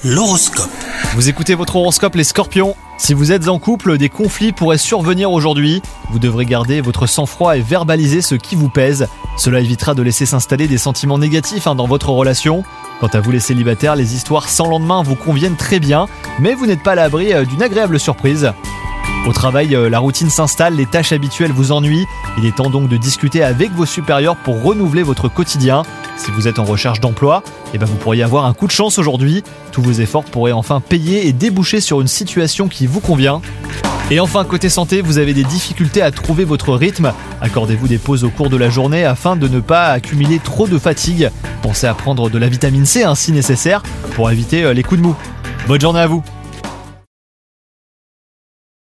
L'horoscope. Vous écoutez votre horoscope les Scorpions. Si vous êtes en couple, des conflits pourraient survenir aujourd'hui. Vous devrez garder votre sang-froid et verbaliser ce qui vous pèse. Cela évitera de laisser s'installer des sentiments négatifs dans votre relation. Quant à vous les célibataires, les histoires sans lendemain vous conviennent très bien, mais vous n'êtes pas à l'abri d'une agréable surprise. Au travail, la routine s'installe, les tâches habituelles vous ennuient. Il est temps donc de discuter avec vos supérieurs pour renouveler votre quotidien. Si vous êtes en recherche d'emploi, vous pourriez avoir un coup de chance aujourd'hui. Tous vos efforts pourraient enfin payer et déboucher sur une situation qui vous convient. Et enfin, côté santé, vous avez des difficultés à trouver votre rythme. Accordez-vous des pauses au cours de la journée afin de ne pas accumuler trop de fatigue. Pensez à prendre de la vitamine C si nécessaire pour éviter les coups de mou. Bonne journée à vous!